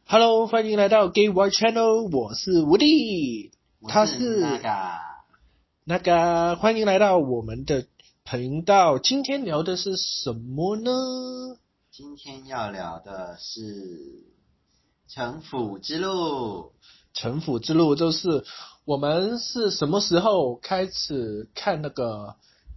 Hello，欢迎来到 Gay White Channel，我是吴力，他是那个欢迎来到我们的频道。今天聊的是什么呢？ 今天要聊的是城府之路。 城府之路就是我们是什么时候开始看那个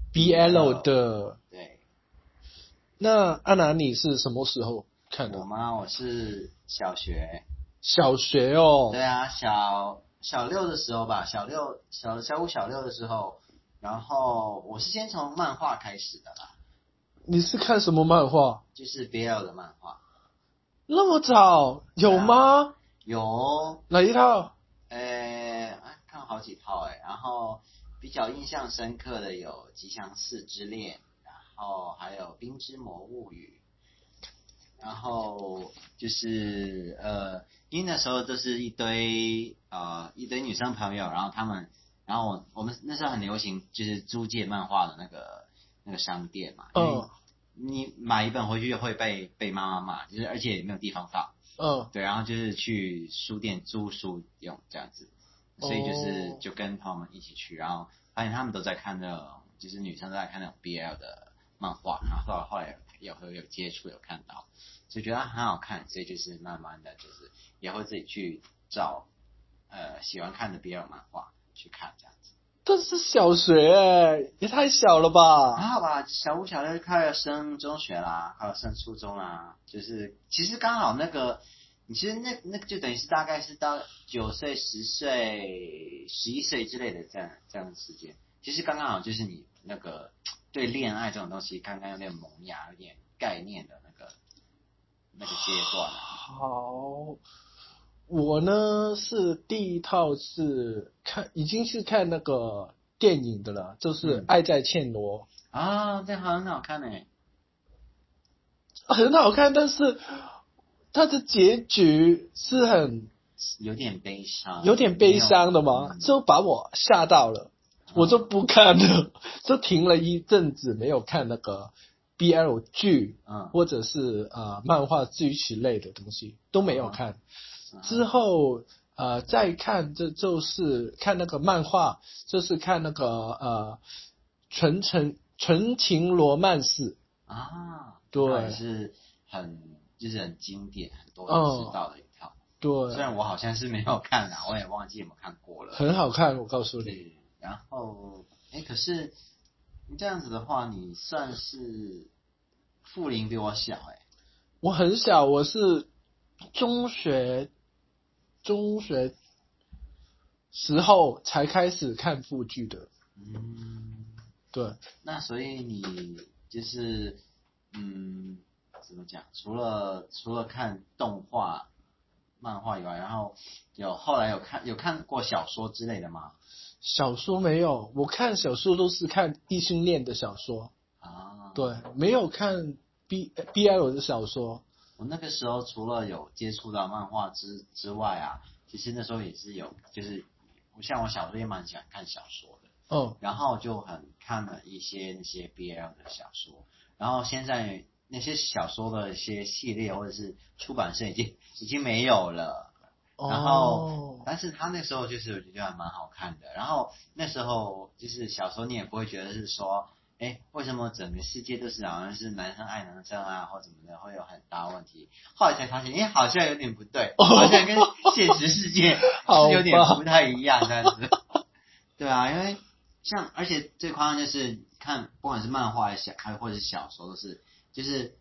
BL 的？ 对。 那阿南你是什么时候看的？ 我吗？我是小学。 小学哦。 对啊，小六的时候吧，小五小六的时候，然后我是先从漫画开始的啦。 你是看什么漫画？ 就是 BL 的漫画。 那么早有吗？ 有。 哪一套？ 看好几套然后比较印象深刻的有《吉祥寺之恋》，然后还有《冰之魔物语》，然后就是因为那时候都是一堆女生朋友，然后我们那时候很流行就是租借漫画的那个商店嘛，因为你买一本回去会被妈妈骂，就是而且也没有地方放。对，然后就是去书店租书用这样子，所以就跟朋友们一起去，然后发现他们都在看那种，就是女生都在看那种 BL 的漫画，然后后来有接触有看到，所以觉得很好看，所以就是慢慢的就是也会自己去找喜欢看的 BL 漫画去看这样子。 这是小学也太小了吧？ 还好吧，小五小六就快要升中学啦，快要升初中啦，就是其实刚好你其实那个就等于是大概是到9岁、10岁、11岁之类的这样的时间，其实刚刚好就是你那个对恋爱这种东西刚刚有点萌芽、有点概念的那个阶段好，我呢是第一套是已经是看那个电影的了，就是《爱在暹罗》 这很好看很好看，但是它的结局是有点悲伤的嘛，就把我吓到了，我就不看了，就停了一阵子没有看那个 BL 剧，或者是漫画剧之类的东西都没有看。之后再看就是看那个漫画，就是看那个纯情罗曼史对， 是就是很经典，很多人知道的一套。 对， 虽然我好像是没有看啦，我也忘记有没有看过了。 很好看，我告诉你。 对，然后可是这样子的话，你算是傅林比我小我很小，我是中学时候才开始看腐剧的。对。 那所以你就是怎么讲？除了看动画、漫画以外，然后后来有看过小说之类的吗？ 小说没有，我看小说都是看异性恋的小说对，没有看 BL 的小说。 我那个时候除了有接触到漫画之外其实那时候也是有，就是像我小时候也蛮喜欢看小说的，然后就很看了一些那些 BL 的小说，然后现在那些小说的一些系列或者是出版社已经没有了，然后但是他那时候就是我觉得还蛮好看的，然后那时候就是小时候你也不会觉得是说为什么整个世界都是好像是男生爱男生或怎么的，会有很大问题？后来才发现，好像有点不对，好像跟现实世界是有点不太一样这样子。对啊，因为而且最夸张就是看，不管是漫画还或者是小说，都是就是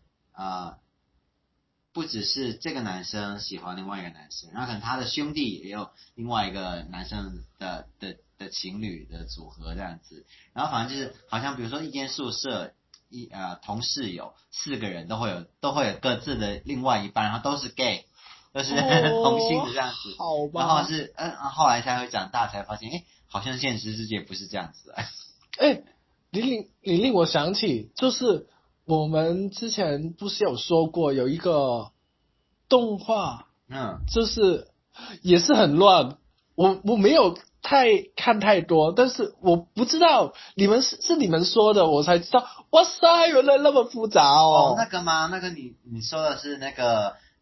不只是这个男生喜欢另外一个男生，然后可能他的兄弟也有另外一个男生的情侣的组合这样子，然后反正就是好像比如说一间宿舍同室友4个人都会有各自的另外一半，然后都是 gay， 都是同性的这样子， 好吧。 然后是后来才会长大才发现好像现实世界不是这样子你令我想起，就是我们之前不是有说过有一个动画，就是也是很乱，我没有看太多，但是我不知道是你们说的，我才知道，哇塞，原来那么复杂那个吗？那个你说的是那个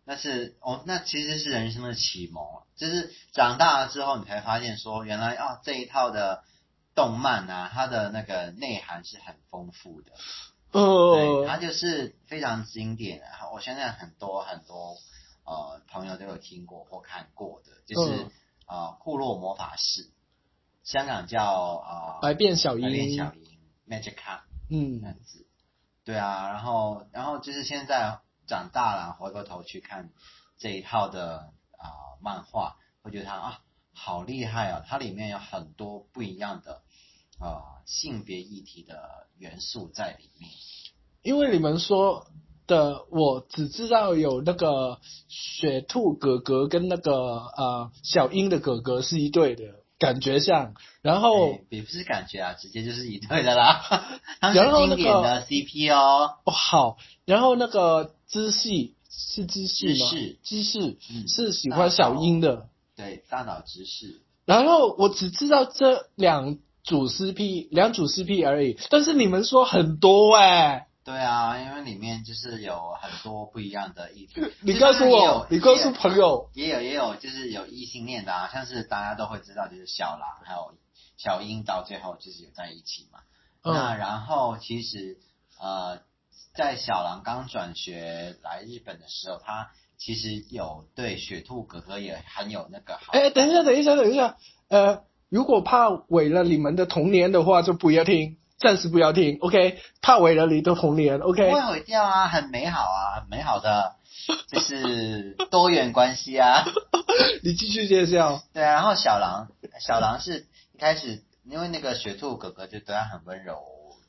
那其实是人生的启蒙，就是长大了之后你才发现说，原来这一套的动漫啊，它的那个内涵是很丰富的。对，它就是非常经典的。我相信很多朋友都有听过或看过的，就是库洛魔法使，香港叫百变小樱 Magic Cup， 这样子。对啊，然后就是现在长大了，回过头去看这一套的漫画，会觉得它好厉害哦，它里面有很多不一样的性别议题的元素在里面。 因为你们说的，我只知道有那个雪兔哥哥跟那个小樱的哥哥是一对的，感觉像。然后也不是感觉啊，直接就是一对的啦。他们是经典的 CP 哦。 好，然后那个知系是知系吗？知识是喜欢小樱的。 对，大岛知世。 然后我只知道这两组 CP 而已，但是你们说很多对啊，因为里面就是有很多不一样的议题。 你告诉我，你告诉朋友， 也有就是有异性恋的啊，像是大家都会知道，就是小狼还有小樱到最后就是有在一起嘛。那然后其实在小狼刚转学来日本的时候，他其实有对雪兔哥哥也很有那个好。 等一下，如果怕毁了你们的童年的话，就不要听。暂时不要听 ，OK？ 怕毁了你的童年 ，OK？ 不会毁掉啊，很美好啊，很美好的，就是多元关系啊。 你继续介绍。 对啊，然后小狼是一开始因为那个雪兔哥哥就对他很温柔，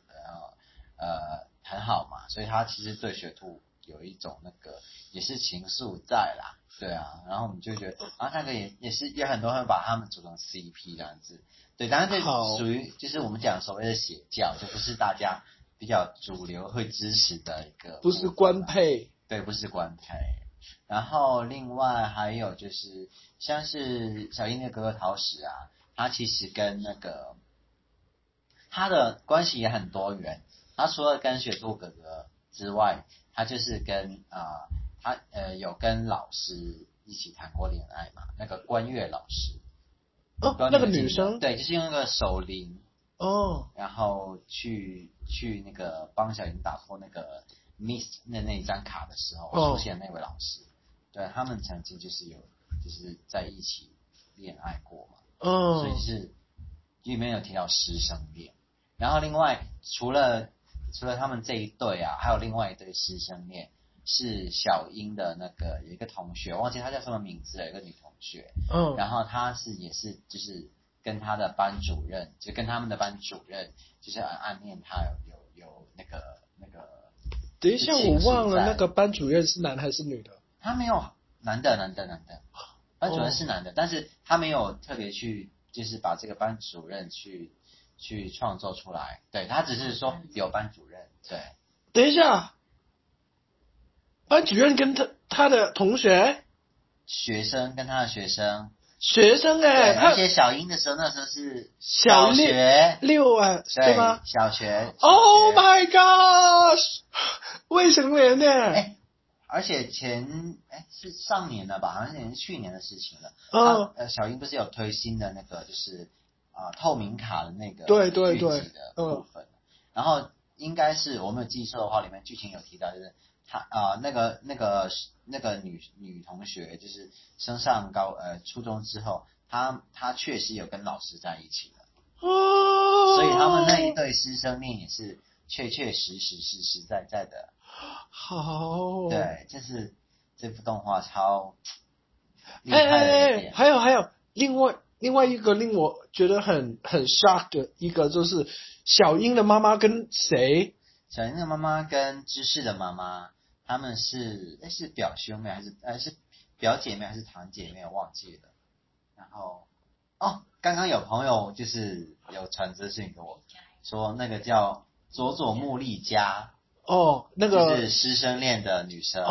很好嘛，所以他其实对雪兔有一种那个也是情愫在啦。对啊，然后我们就觉得那个也很多人把他们组成 CP 这样子。对，当然这属于就是我们讲所谓的邪教，就不是大家比较主流会支持的一个， 不是官配。 对，不是官配。然后另外还有就是像是小樱的哥哥桃矢啊，他其实跟那个他的关系也很多元。他除了跟雪兔哥哥之外，他就是跟他有跟老师一起谈过恋爱嘛，那个关月老师。 那个女生。 对，就是用那个手铃然后去那个帮小樱打破那个 miss 那一张卡的时候出现那位老师。对，他们曾经就是在一起恋爱过嘛。所以就是里面有提到师生恋。然后另外除了他们这一对啊，还有另外一对师生恋，是小樱的那个有一个同学，忘记他叫什么名字了，有一个女同学。然后他也是就是跟他的班主任，就跟他们的班主任就是暗恋他有那个。 等一下，我忘了那个班主任是男还是女的？ 他没有男的，班主任是男的，但是他没有特别去就是把这个班主任去创作出来。对，他只是说有班主任。对， 等一下，班主任跟他的同学跟他的学生而且小樱的时候那时候是小学 6对吗？ 小学。 Oh my gosh！ 未成年呢？ 而且是上年了吧，好像是去年的事情了。小樱不是有推新的那个就是透明卡的那个对的部分。然后应该是我没有记错的话，里面剧情有提到，就是他那个女同学就是升上初中之后，她确实有跟老师在一起的。所以他们那一对师生恋也是确实实在在的。 好， 对，就是这部动画超厉害的一点。 还有另外一个令我觉得很 shock 的一个，就是小樱的妈妈跟谁？ 小樱的妈妈跟知世的妈妈，他们是表兄妹还是表姐妹还是堂姐妹，我忘记了。然后刚刚有朋友就是有传资讯给我说，那个叫佐佐木利佳。 那个就是师生恋的女生。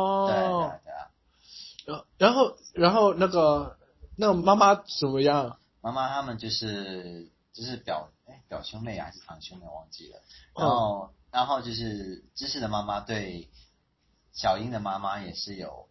对。 然后那个妈妈怎么样？ 妈妈他们就是表兄妹还是堂兄妹忘记了。然后就是知世的妈妈对小樱的妈妈也是有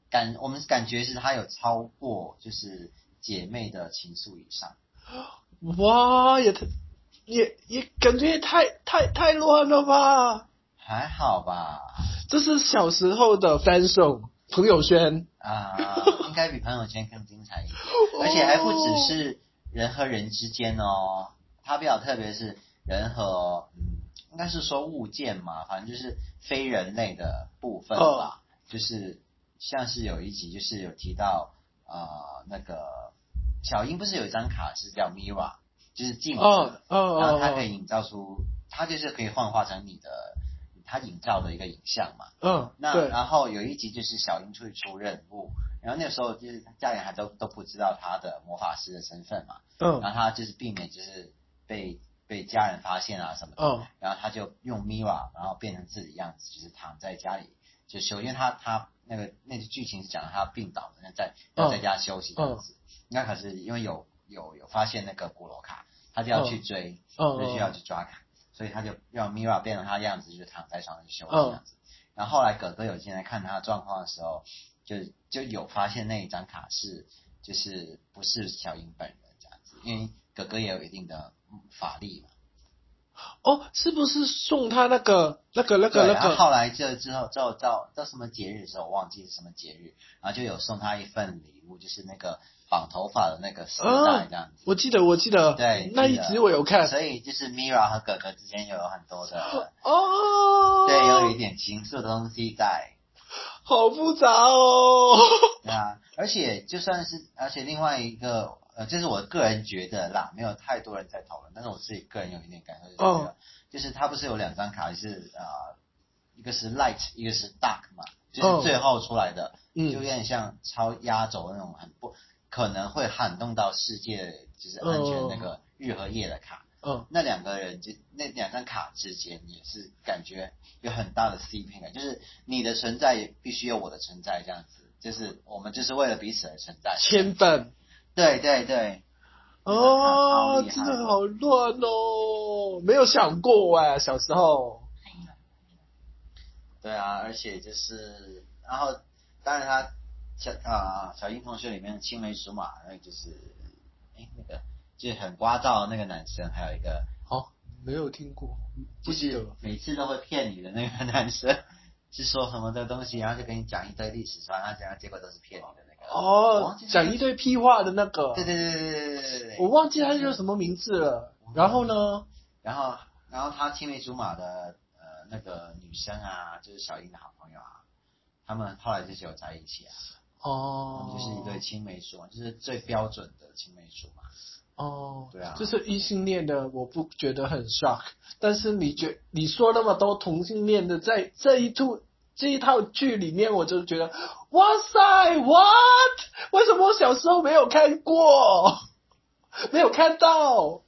我们感觉是他有超过就是姐妹的情愫以上。 哇，也感觉也太乱了吧？ 还好吧？ 这是小时候的 fan song 朋友圈应该比朋友圈更精彩一点，而且还不只是人和人之间哦，它比较特别是人和应该是说物件嘛，反正就是非人类的部分吧，就是像是有一集就是有提到那个小樱不是有一张卡是叫 Mirror， 就是镜子，然后它可以营造出，它就是可以幻化成它营造的一个影像嘛。那然后有一集就是小樱出任务，然后那个时候就是家里还都不知道他的魔法师的身份嘛。然后他就是避免就是被家人发现啊什么的。然后他就用 Mirror， 然后变成自己的样子，就是躺在家里就休，因为他那个剧情是讲他病倒的，在家休息这样子。那可是因为有发现那个古罗卡，他就要去追，就需要去抓卡。所以他就让 Mirror 变成他的样子，就躺在床上休息这样子。然后后来哥哥有进来看他的状况的时候，就有发现那一张卡就是不是小樱本人这样子，因为哥哥也有一定的法力嘛。 是不是送他那个？ 对，然后后来之后到什么节日的时候，我忘记是什么节日，然后就有送他一份礼物，就是那个绑头发的那个丝带这样子。 我记得， 对， 那一集我有看。 所以就是 Mirror 和哥哥之间有很多的对， 有一点情愫的东西在。 好复杂哦。 对啊，而且另外一个这是我个人觉得啦，没有太多人在讨论，但是我自己个人有一点感受就是这个，就是他不是有2张卡，是一个是 Light， 一个是 Dark 嘛，就是最后出来的，就有点像超压轴那种很不可能会撼动到世界就是安全那个日和夜的卡。那2个人那2张卡之间也是感觉有很大的 CP 感，就是你的存在必须有我的存在这样子，就是我们就是为了彼此而存在。 牵绊。 对。 真的好乱哦，没有想过小时候。 对啊，而且就是然后当然他小樱同学里面的青梅竹马，那就是那个就是很聒噪的那个男生，还有一个没有听过， 就是每次都会骗你的那个男生，是说什么的东西，然后就跟你讲一堆历史传，然后结果都是骗你的那个。 讲一堆屁话的那个。 对。 我忘记他叫什么名字了。然后呢？ 然后他青梅竹马的那个女生啊，就是小樱的好朋友啊，他们后来就是有在一起啊。他们就是一对青梅竹马，就是最标准的青梅竹马。对啊， 就是异性恋的，我不觉得很 shock。但是你说那么多同性恋的，在这一套剧里面，我就觉得，哇塞 ，what？ 为什么我小时候没有看过，没有看到？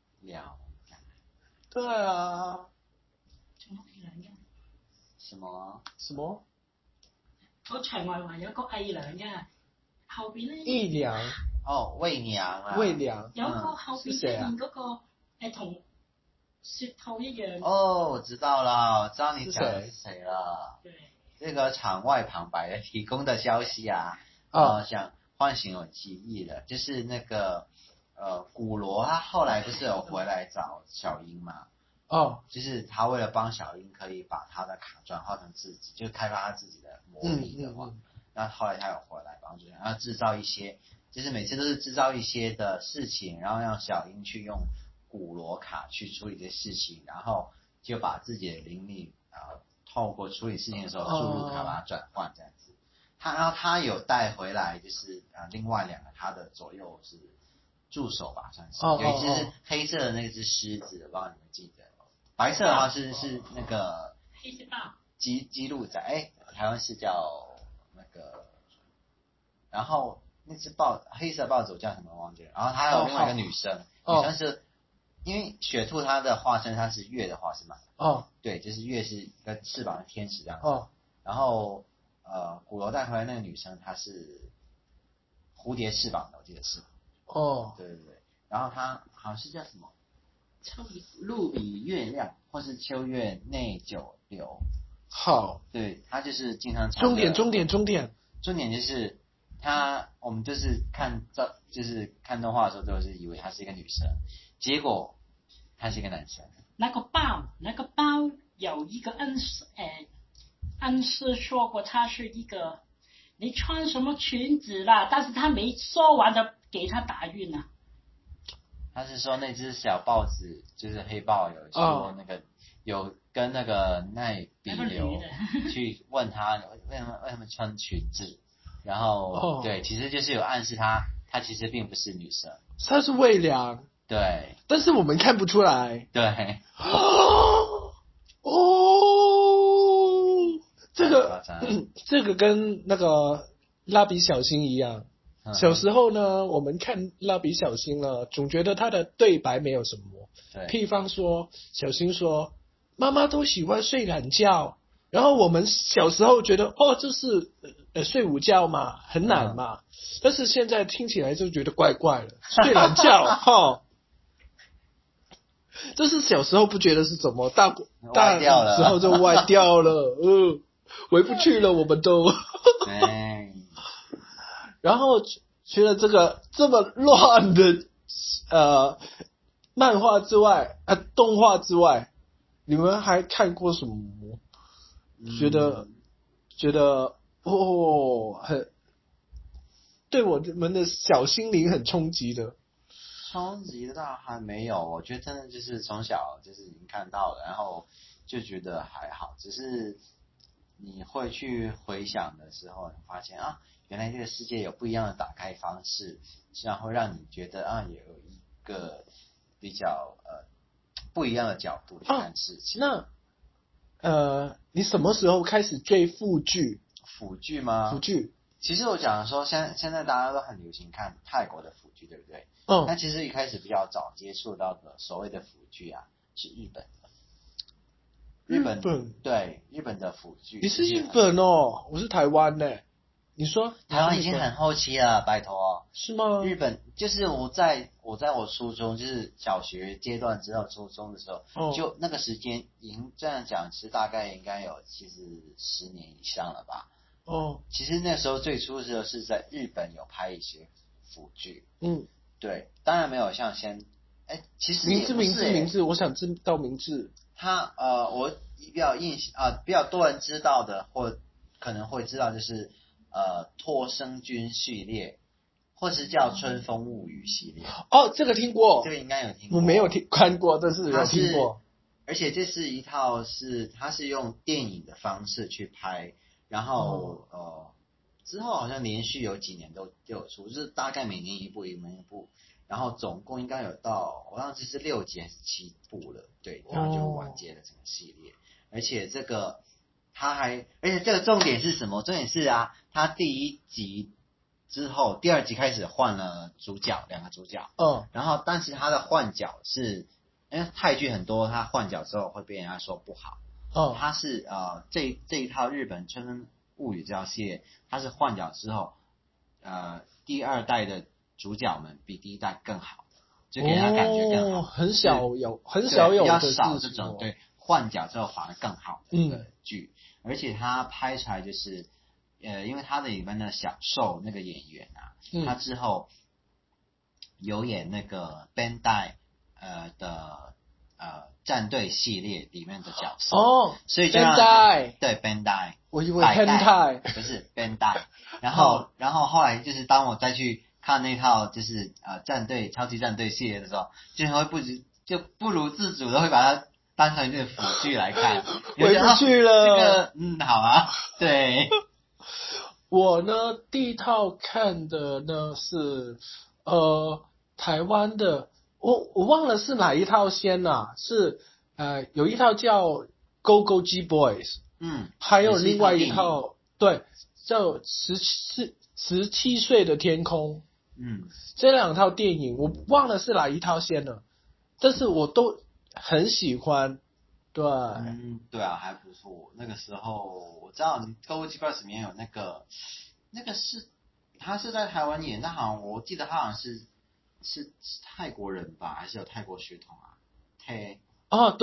對啊。 仲有藝良嘅。 什麼？ 我牆外還有個藝良嘅，後邊咧。 藝良。 魏娘啊。 魏娘。 有個後邊出現嗰個同雪兔一樣。 我知道了，我知道你講的是誰了。對。這個場外旁白的提供的消息啊，想喚醒我記憶了，就是那個。古羅他後來不是有回來找小櫻嘛？就是他為了幫小櫻可以把他的卡轉化成自己，就開發他自己的魔力的話，那後來他有回來幫助，然後製造一些，就是每次都是製造一些的事情，然後讓小櫻去用古羅卡去處理這些事情，然後就把自己的靈力透過處理事情的時候注入卡把它轉換這樣子。然後他有帶回來，就是另外2個他的左右是。助手吧，算是有一只是黑色的那只獅子，我不知道你們記得。白色的話是那個黑色豹基路仔，台灣是叫那個，然後那只黑色豹子我叫什麼忘記了。然後還有另外一個女生，女生是因為雪兔它的化身它是月的化身嘛，對，就是月是一個翅膀的天使這樣子。然後古羅帶回來那個女生她是蝴蝶翅膀的，我記得是。對，然後他好像是叫什麼路比月亮，或是秋月內久留。 好， 對，他就是經常終點， 重点就是我们就是就是看动画的时候都是以为他是一个女生，结果他是一个男生。 那个包有一个暗示说过他是一个你穿什么裙子啦，但是他没说完的给他打晕了。 他是说那只小豹子就是黑豹有说那个有跟那个奈比流去问他为什么穿裙子，然后对，其实就是有暗示他其实并不是女生， 他是魏良， 对， 但是我们看不出来。 对， 这个跟那个蜡笔小新一样。小时候呢，我们看蜡笔小新呢，总觉得他的对白没有什么。譬方说，小新说：“妈妈都喜欢睡懒觉。”然后我们小时候觉得，这是睡午觉嘛，很难嘛。但是现在听起来就觉得怪怪的，睡懒觉，这是小时候不觉得是怎么，大之后就歪掉了，回不去了，我们都。然后除了这个这么乱的漫画之外，动画之外，你们还看过什么？觉得很对我们的小心灵很冲击的。 冲击的倒还没有，我觉得真的就是从小就是已经看到了，然后就觉得还好，只是你会去回想的时候，你发现原来这个世界有不一样的打开方式，然后让你觉得也有一个比较不一样的角度去看事情。 那你什么时候开始追腐剧？ 腐剧吗？腐剧。其实我讲说，现在大家都很流行看泰国的腐剧，对不对？那其实一开始比较早接触到的所谓的腐剧是日本的。对，日本的腐剧。 你是日本哦，我是台湾的。你说台湾已经很后期了，拜托。 是吗？ 日本就是我在我初中，就是小学阶段之后，初中的时候，就那个时间，已经这样讲，其实大概应该有其实10年以上了吧。其实那时候最初的时候是在日本有拍一些腐剧。对，当然没有像其实名字，我想知道名字。 我比较多人知道的，或可能会知道，就是托生君系列，或是叫春风物语系列。 这个听过， 这个应该有听过。 我没有看过，但是有听过。 而且这是一套它是用电影的方式去拍，然后之后好像连续有几年都有出，就是大概每年一部，然后总共应该有到我忘记是6集还是7部了，对，然后就完结了整个系列。而且这个重点是什么？重点是他第1集之后，第2集开始换了2个主角，然后但是他的换角是，因为泰剧很多，他换角之后会被人家说不好，他是这一套日本春风物语这套系列，他是换角之后，第2代的主角们比第1代更好，就给人家感觉更好。 很少有比较少这种对换角之后反而更好的一个剧，而且他拍出来就是因为他的里面的小受那个演员他之后有演那个 Bandai 的战队系列里面的角色所以就让对 Bandai， 我以为 Bandai 不是 Bandai， 然后后来就是当我再去看那套就是超级战队系列的时候，就不如自主的会把它当成一个辅剧来看， 回不去了。 这个好啊，对。 我呢第一套看的呢是台湾的，我忘了是哪一套先是有一套叫 Go Go G Boys， 还有另外一套对叫17岁的天空，这2套电影我忘了是哪一套先了，但是我都很喜欢。对， 对啊，还不错。那个时候我知道你 Go G Boys 里面有那个他是在台湾演，但好像我记得他好像是泰国人吧，还是有泰国血统对，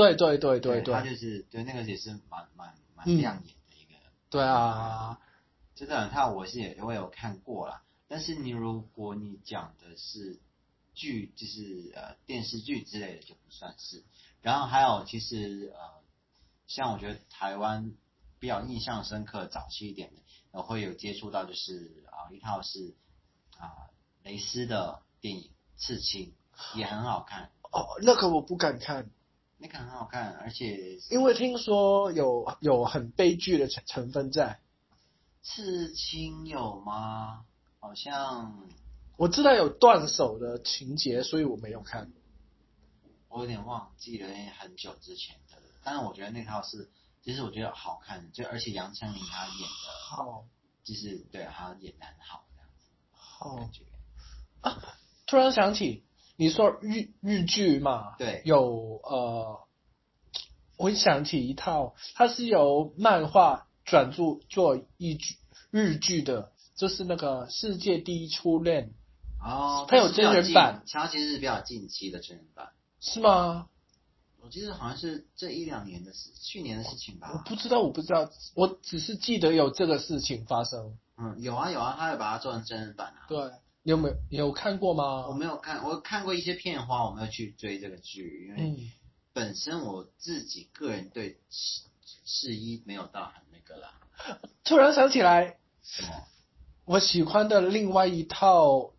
他就是对那个也是蛮亮眼的一个。 对啊， 这个人他我有看过啦，但是如果你讲的是剧，就是电视剧之类的就不算是。然后还有其实像我觉得台湾比较印象深刻早期一点的，我会有接触到就是一套是蕾丝的电影《刺青》，也很好看。 那个我不敢看。 那个很好看，而且因为听说有很悲剧的成分在。 刺青有吗？好像我知道有断手的情节，所以我没有看。 我有点忘记了，因为很久之前的。但是我觉得那套其实我觉得好看，而且杨丞琳她演的好， 就是对她演的很好这样子。 好感觉突然想起你说日剧嘛， 对， 有我想起一套，它是由漫画转做日剧的，就是那个世界第一初恋。它有真人版， 它其实是比较近期的真人版。 是吗？ 我记得好像是这1-2年的事，去年的事情吧。 我不知道，我只是记得有这个事情发生。 有啊，他有把它做成真人版啊。 对，你有看过吗？ 我没有看，我看过一些片花，我没有去追这个剧，因为本身我自己个人对试衣没有到很那个啦。 突然想起来， 什么？ 我喜欢的另外一套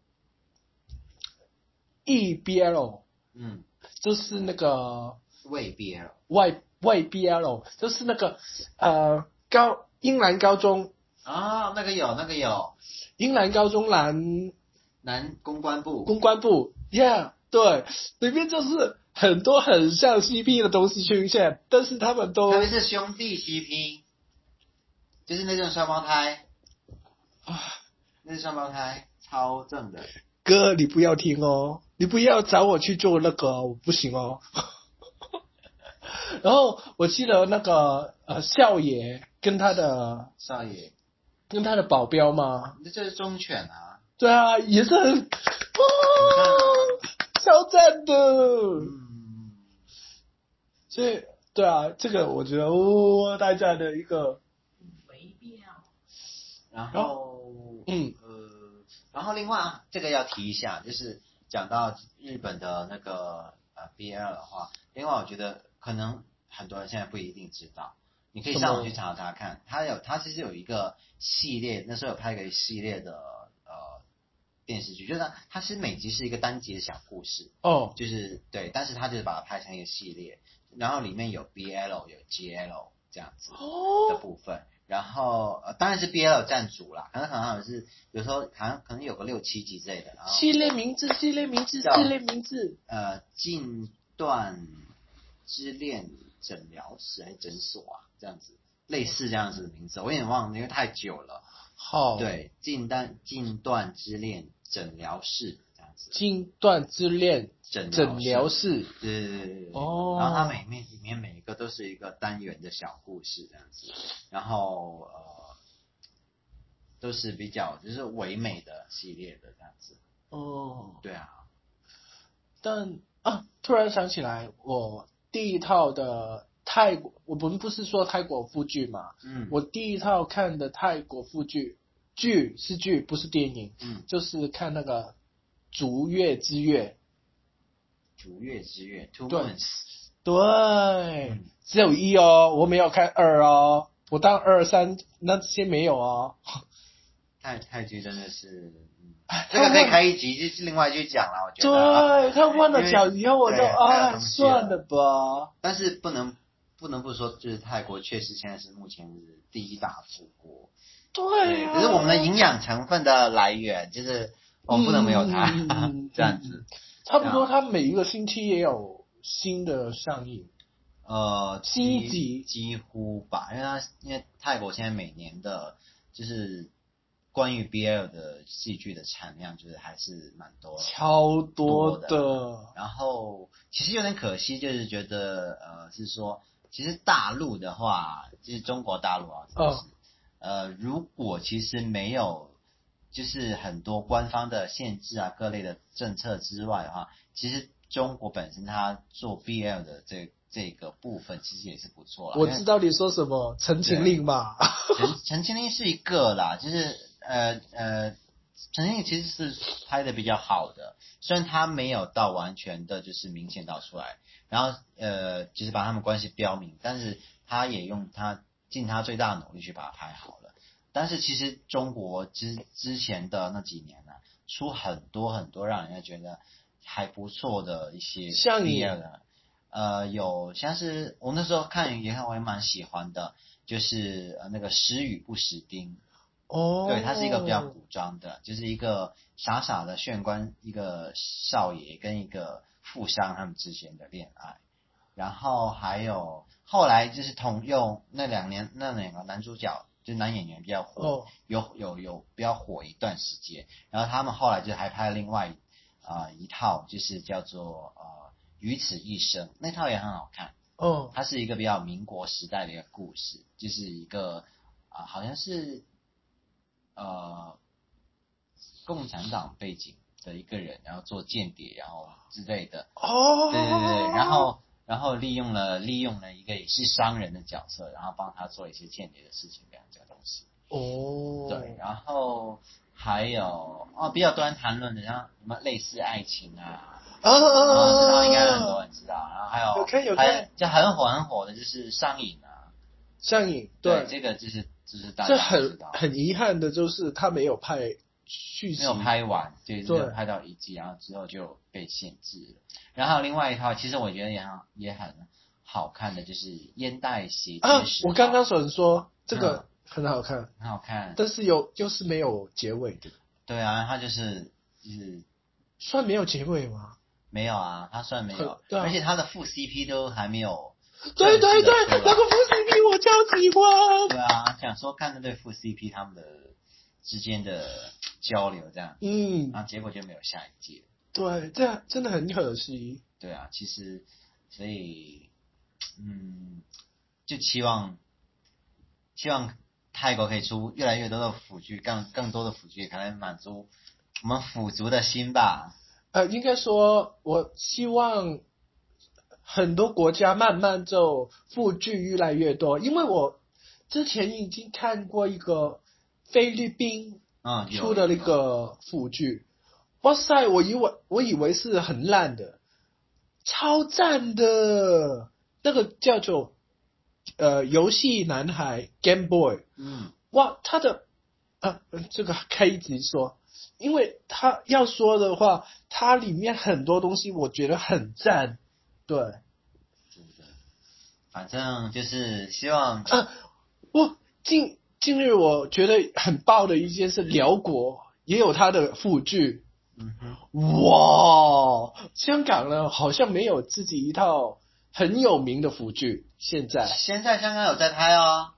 EBL， 就是那个未 BL， 外 BL， 就是那个英兰高中那个有英兰高中男公关部 ，yeah， 对，里面就是很多很像 CP 的东西出现，但是他们是兄弟 CP， 就是那种双胞胎那是双胞胎，超正的。 哥，你不要听哦，你不要找我去做那个，我不行哦。然后我记得那个少爷跟他的保镖吗？ 这就是忠犬啊。 对啊，也是很超赞的。所以对啊，这个我觉得太赞的一个。 然后另外这个要提一下，就是讲到日本的那个BL 的话，另外我觉得可能很多人现在不一定知道，你可以上网去查查看，它其实有一个系列，那时候有拍一个系列的电视剧，就是它是每集是一个单集的小故事就是对，但是它就是把它拍成一个系列，然后里面有 BL 有 GL 这样子的部分。然后当然是 BL 占主啦，可能是有时候好像可能有个6-7集之类的。然后系列名字， 近段之恋诊疗室还是诊所啊，这样子类似这样子的名字，我有点忘了，因为太久了。对，近段之恋诊疗室这样子。 近段之恋诊疗室。 对。然后它里面每一个都是一个单元的小故事这样子，然后都是比较就是唯美的系列的这样子。对啊。 但突然想起来，我第一套的泰国，我们不是说泰国腐剧嘛？我第一套看的泰国腐剧是剧，不是电影。就是看那个逐月之月。 Two Months。 对，只有1哦，我没有看2哦，我当2、3那些没有哦。 泰剧真的是，这个可以开一集，就是另外去讲了，我觉得。对，他换了脚以后，我就算了吧。 但是不能不说，就是泰国确实现在是目前是第一大富国。 对啊。 可是我们的营养成分的来源，就是我们不能没有它，这样子。 差不多，它每一个星期也有新的上映。新一集几乎吧，因为泰国现在每年的，就是关于 BL 的戏剧的产量，就是还是蛮多的， 超多的。 然后其实有点可惜，就是觉得是说，其实大陆的话，就是中国大陆啊，如果其实没有就是很多官方的限制啊，各类的政策之外的话，其实中国本身它做 BL 的这个部分其实也是不错啦。 我知道你说什么，陈情令嘛。 陈情令是一个啦，就是陈情令其实是拍的比较好的，虽然他没有到完全的就是明显到出来，然后就是把他们关系标明，但是他也用他尽他最大的努力去把它拍好了。但是其实中国之前的那几年呢，出很多很多让人家觉得还不错的一些像你有像是我那时候我也蛮喜欢的，就是那个时雨不时丁。 哦， 对，它是一个比较古装的，就是一个傻傻的县官，一个少爷跟一个富商他们之间的恋爱，然后还有后来就是用那两个男主角就男演员比较火，有比较火一段时间，然后他们后来就还拍了另外一套，就是叫做于此一生，那套也很好看。它是一个比较民国时代的一个故事，就是一个好像是共产党背景的一个人，然后做间谍，然后之类的。对，然后利用了一个也是商人的角色，然后帮他做一些间谍的事情，这个东西。对，然后还有比较多人谈论的，像什么类似爱情这套应该很多人知道。然后还有就很火的就是上瘾上瘾， 对，这个就是大家知道。 很遗憾的就是他没有拍续集， 没有拍完，对，只有拍到1季，然后之后就被限制了。然后另外一套，其实我觉得也很好看的，就是《烟袋斜街时我刚刚说这个很好看， 很好看， 但是就是没有结尾的。 对啊，它就是算没有结尾吗？ 没有啊，它算没有，而且它的副 CP 都还没有。 对，那个副 CP 我超喜欢。 对啊，想说看那对副 CP 他们的之间的交流这样，然后结果就没有下一季了。 对，这样真的很可惜。 对啊，其实所以就期望泰国可以出越来越多的腐剧，更多的腐剧，可能满足我们腐族的心吧。 应该说，我希望很多国家慢慢就腐剧越来越多，因为我之前已经看过一个菲律宾出的那个腐剧，哇塞，我以为是很烂的，超赞的，那个叫做游戏男孩 Game Boy，哇，他的这个可以直说。因为他要说的话，它里面很多东西我觉得很赞，对， 反正就是希望近日我觉得很爆的一件事，辽国也有它的腐剧，哇，香港呢好像没有自己一套很有名的腐剧，现在香港有在拍哦。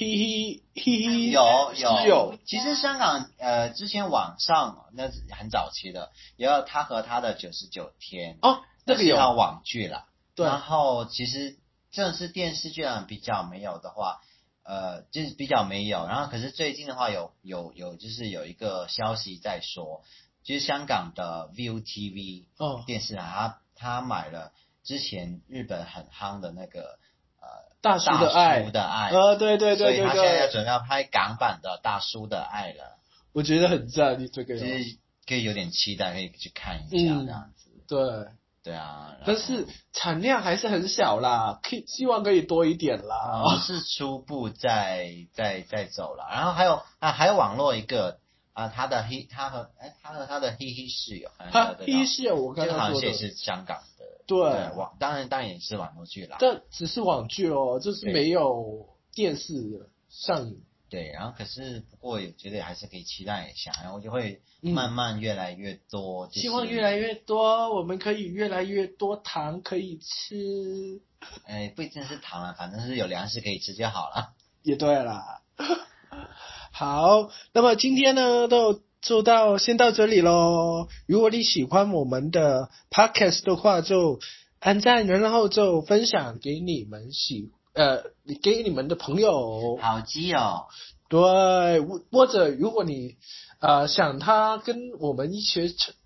有。其实香港之前网上那是很早期的，也有他和他的99天那个有套网剧啦。 对。 然后其实正式电视剧比较没有的话，就是比较没有。然后可是最近的话有就是有一个消息在说，就是香港的 ViuTV 电视台他买了之前日本很夯的那个。 大叔的爱，对， 所以他现在准备要拍港版的大叔的爱了。 我觉得很赞，你这个就是可以有点期待，可以去看一下这样子。对啊， 但是产量还是很小啦，希望可以多一点啦。 是初步在走了，然后还有网络一个他和他的嘿室友， 嘿室友我刚刚说的， 这个好像也是香港的。对，当然也是网络剧啦， 但只是网剧哦，就是没有电视上映。 对，然后不过我觉得还是可以期待一下，然后就会慢慢越来越多。 希望越来越多，我们可以越来越多糖可以吃。 不一定是糖了，反正是有粮食可以吃就好了。 也对啦。好，那么今天呢就先到这里咯。如果你喜欢我们的 podcast 的话，就按赞，然后就分享给你们给你们的朋友。 好基友。 对，或者如果你想他跟我们一起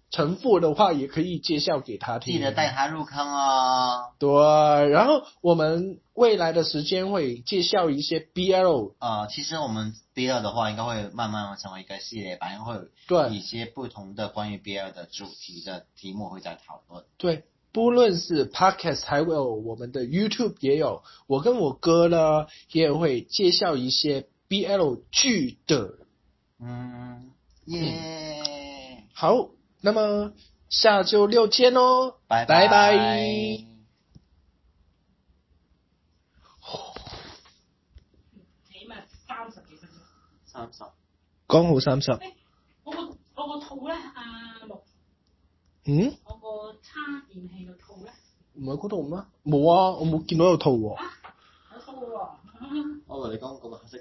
重复的话，也可以介绍给他听。 记得带他入坑哦。 对，然后我们未来的时间会介绍一些 BL。 其实我们 BL 的话，应该会慢慢成为一个系列吧，因为会有一些不同的关于 BL 的主题的题目会在讨论。 对，不论是 Podcast 还有我们的 YouTube 也有，我跟我哥呢也会介绍一些 BL 剧的。好，那么下周6见哦， 拜拜。 起碼30幾分鐘。 30。 講好30。 我個套咧，阿陸。我個叉電器個套咧。 唔係嗰度咩？冇啊，我冇見到有套喎。 有套喎。 我同你講嗰個黑色。